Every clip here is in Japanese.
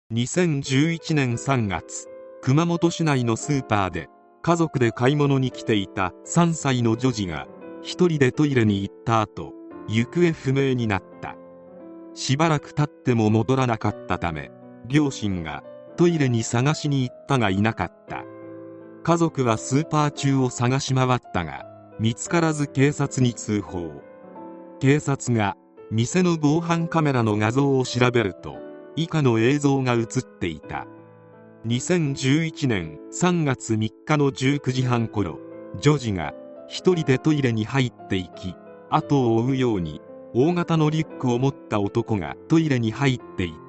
2011年3月、熊本市内のスーパーで家族で買い物に来ていた3歳の女児が一人でトイレに行った後、行方不明になった。しばらく経っても戻らなかったため、両親がトイレに探しに行ったがいなかった。家族はスーパー中を探し回ったが見つからず警察に通報。警察が店の防犯カメラの画像を調べると以下の映像が映っていた。2011年3月3日の19時半頃、女児が一人でトイレに入っていき、後を追うように大型のリュックを持った男がトイレに入っていった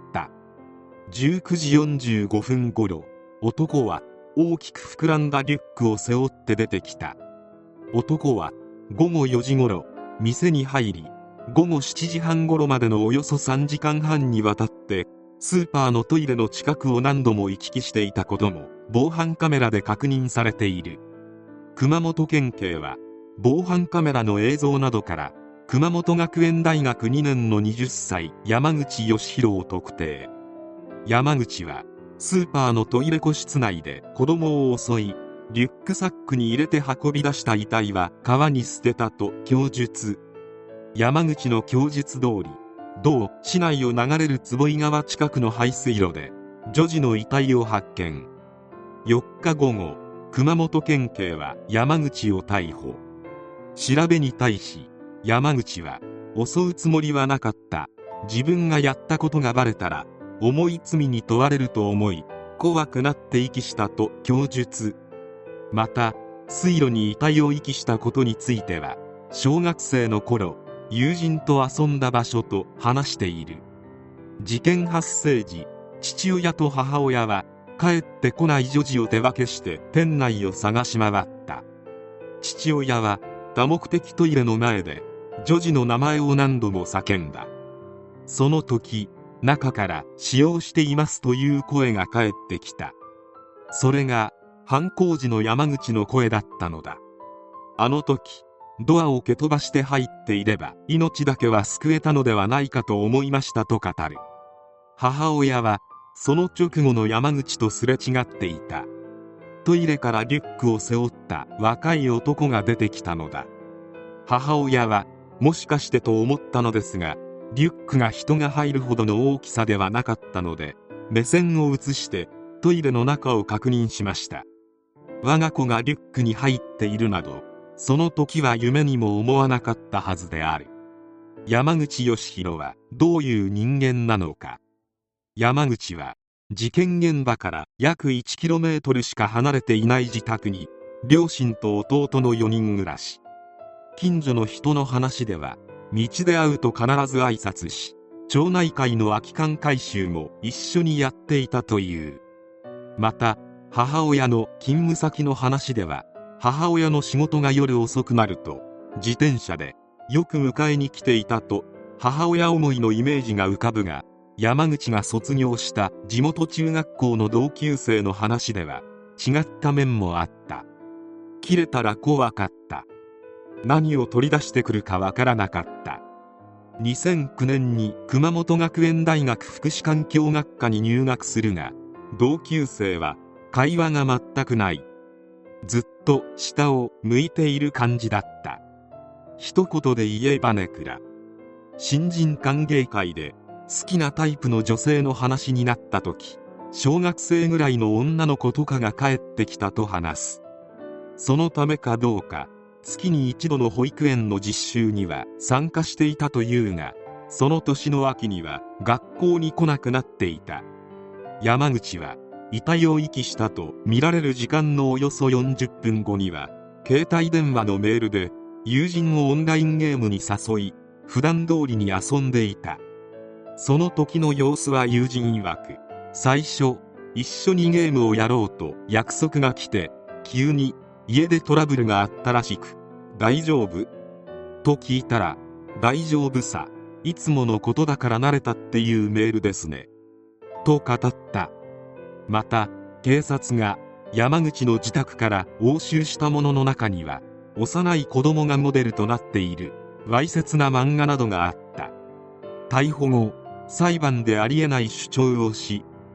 。19時45分頃、男は大きく膨らんだリュックを背負って出てきた。男は午後4時頃店に入り、午後7時半頃までのおよそ3時間半にわたってスーパーのトイレの近くを何度も行き来していたことも防犯カメラで確認されている。熊本県警は防犯カメラの映像などから熊本学園大学2年の20歳山口義弘を特定。山口はスーパーのトイレ個室内で子供を襲い、リュックサックに入れて運び出した遺体は川に捨てたと供述。山口の供述通り、同市内を流れる坪井川近くの排水路で女児の遺体を発見。4日午後、熊本県警は山口を逮捕。調べに対し山口は、襲うつもりはなかった、自分がやったことがバレたら重い罪に問われると思い怖くなって遺棄したと供述。また水路に遺体を遺棄したことについては、小学生の頃友人と遊んだ場所と話している。事件発生時、父親と母親は帰ってこない女児を手分けして店内を探し回った。父親は多目的トイレの前で女児の名前を何度も叫んだ。その時、中から使用していますという声が返ってきた。それが犯行時の山口の声だったのだ。あの時ドアを蹴飛ばして入っていれば命だけは救えたのではないかと思いましたと語る。母親はその直後の山口とすれ違っていた。トイレからリュックを背負った若い男が出てきたのだ。母親はもしかしてと思ったのですが、リュックが人が入るほどの大きさではなかったので、目線を移してトイレの中を確認しました。我が子がリュックに入っているなど、その時は夢にも思わなかったはずである。山口義弘はどういう人間なのか。山口は事件現場から約 1km しか離れていない自宅に両親と弟の4人暮らし。近所の人の話では、道で会うと必ず挨拶し、町内会の空き缶回収も一緒にやっていたという。また母親の勤務先の話では、母親の仕事が夜遅くなると自転車でよく迎えに来ていたと母親思いのイメージが浮かぶが、山口が卒業した地元中学校の同級生の話では違った面もあった。切れたら怖かった。何を取り出してくるかわからなかった。2009年に熊本学園大学福祉環境学科に入学するが、同級生は会話が全くない。ずっと下を向いている感じだった。一言で言えばネクラ。新人歓迎会で好きなタイプの女性の話になった時、小学生ぐらいの女の子とかが帰ってきたと話す。そのためかどうか月に一度の保育園の実習には参加していたというが、その年の秋には学校に来なくなっていた。山口は遺体を遺棄したと見られる時間のおよそ40分後には携帯電話のメールで友人をオンラインゲームに誘い、普段通りに遊んでいた。その時の様子は友人曰く、最初一緒にゲームをやろうと約束が来て、急に家でトラブルがあったらしく、大丈夫と聞いたら、大丈夫さ、いつものことだから慣れたっていうメールですねと語った。また警察が山口の自宅から押収したものの中には、幼い子供がモデルとなっているわいせつな漫画などがあった。逮捕後、裁判でありえない主張をし、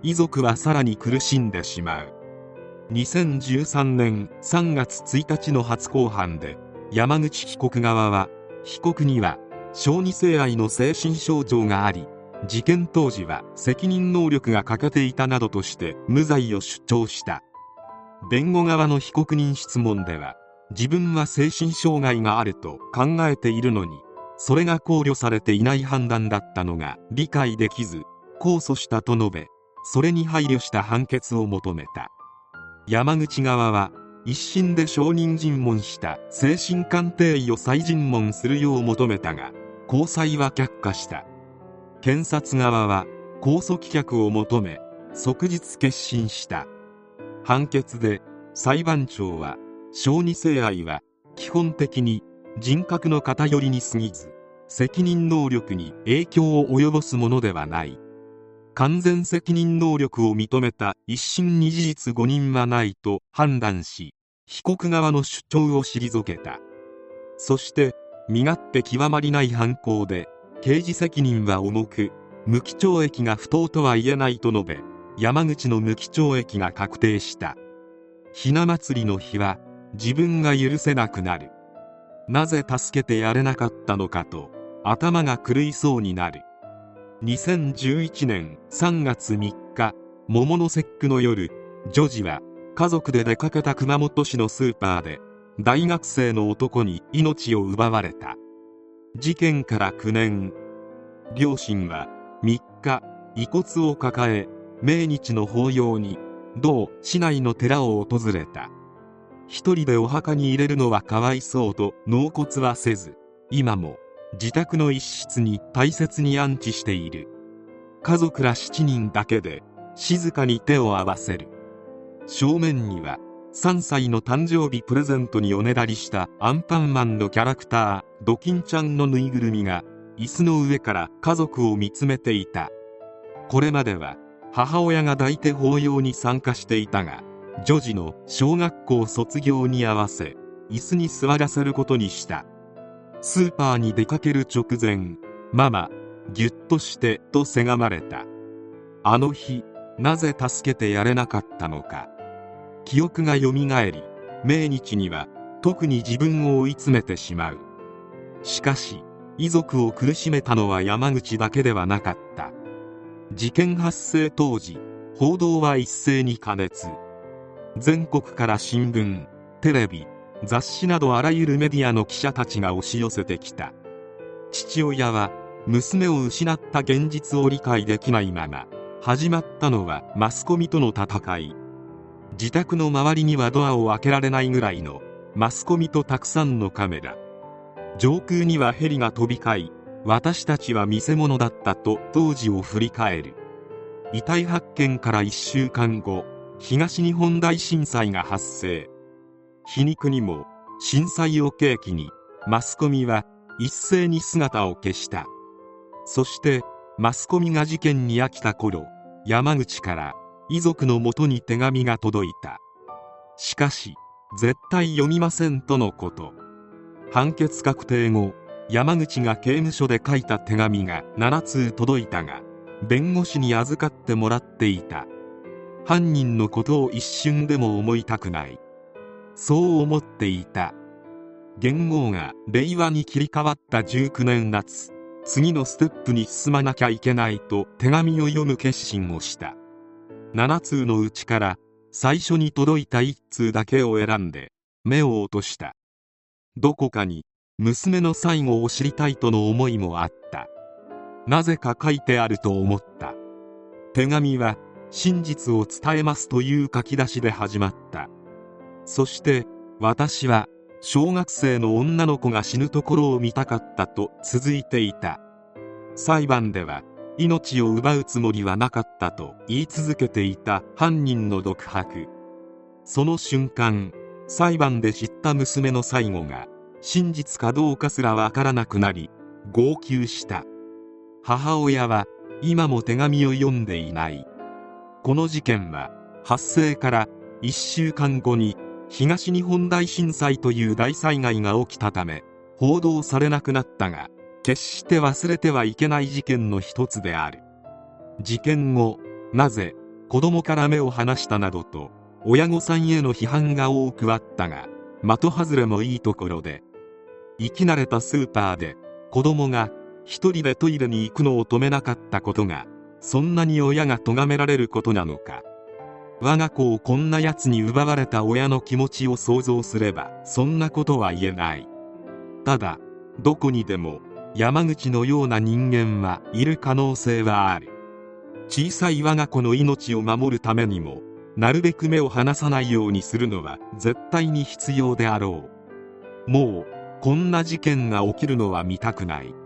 遺族はさらに苦しんでしまう。2013年3月1日の初公判で山口被告側は、被告には小児性愛の精神症状があり、事件当時は責任能力が欠けていたなどとして無罪を主張した。弁護側の被告人質問では、自分は精神障害があると考えているのに、それが考慮されていない判断だったのが理解できず控訴したと述べ、それに配慮した判決を求めた。山口側は、一審で証人尋問した精神鑑定医を再尋問するよう求めたが、高裁は却下した。検察側は控訴棄却を求め、即日結審した。判決で裁判長は、小児性愛は基本的に人格の偏りに過ぎず、責任能力に影響を及ぼすものではない。完全責任能力を認めた一審に事実誤認はないと判断し、被告側の主張を退けた。そして、身勝手極まりない犯行で刑事責任は重く、無期懲役が不当とは言えないと述べ、山口の無期懲役が確定した。ひな祭りの日は自分が許せなくなる。なぜ助けてやれなかったのかと頭が狂いそうになる。2011年3月3日、桃の節句の夜、女児は家族で出かけた熊本市のスーパーで大学生の男に命を奪われた。事件から9年、両親は3日、遺骨を抱え命日の法要に同市内の寺を訪れた。一人でお墓に入れるのはかわいそうと納骨はせず、今も自宅の一室に大切に安置している。家族ら7人だけで静かに手を合わせる。正面には3歳の誕生日プレゼントにおねだりしたアンパンマンのキャラクタードキンちゃんのぬいぐるみが椅子の上から家族を見つめていた。これまでは母親が抱いて法要に参加していたが、女児の小学校卒業に合わせ椅子に座らせることにした。スーパーに出かける直前、ママぎゅっとしてとせがまれた。あの日なぜ助けてやれなかったのか。記憶がよみがえり、命日には特に自分を追い詰めてしまう。しかし遺族を苦しめたのは山口だけではなかった。事件発生当時、報道は一斉に過熱。全国から新聞、テレビ、雑誌などあらゆるメディアの記者たちが押し寄せてきた。父親は娘を失った現実を理解できないまま、始まったのはマスコミとの戦い。自宅の周りにはドアを開けられないぐらいのマスコミとたくさんのカメラ。上空にはヘリが飛び交い、私たちは見せ物だったと当時を振り返る。遺体発見から1週間後、東日本大震災が発生。皮肉にも震災を契機にマスコミは一斉に姿を消した。そしてマスコミが事件に飽きた頃、山口から遺族のもとに手紙が届いた。しかし絶対読みませんとのこと。判決確定後、山口が刑務所で書いた手紙が7通届いたが、弁護士に預かってもらっていた。犯人のことを一瞬でも思いたくない、そう思っていた。元号が令和に切り替わった19年夏、次のステップに進まなきゃいけないと手紙を読む決心をした。7通のうちから最初に届いた1通だけを選んで目を落とした。どこかに娘の最後を知りたいとの思いもあった。なぜか書いてあると思った。手紙は真実を伝えますという書き出しで始まった。そして私は小学生の女の子が死ぬところを見たかったと続いていた。裁判では命を奪うつもりはなかったと言い続けていた犯人の独白。その瞬間、裁判で知った娘の最後が真実かどうかすらわからなくなり号泣した。母親は今も手紙を読んでいない。この事件は発生から1週間後に東日本大震災という大災害が起きたため報道されなくなったが、決して忘れてはいけない事件の一つである。事件後、なぜ子供から目を離したなどと親御さんへの批判が多くあったが、的外れもいいところで、生き慣れたスーパーで子供が一人でトイレに行くのを止めなかったことがそんなに親が咎められることなのか。我が子をこんなやつに奪われた親の気持ちを想像すればそんなことは言えない。ただどこにでも山口のような人間はいる可能性はある。小さい我が子の命を守るためにもなるべく目を離さないようにするのは絶対に必要であろう。もうこんな事件が起きるのは見たくない。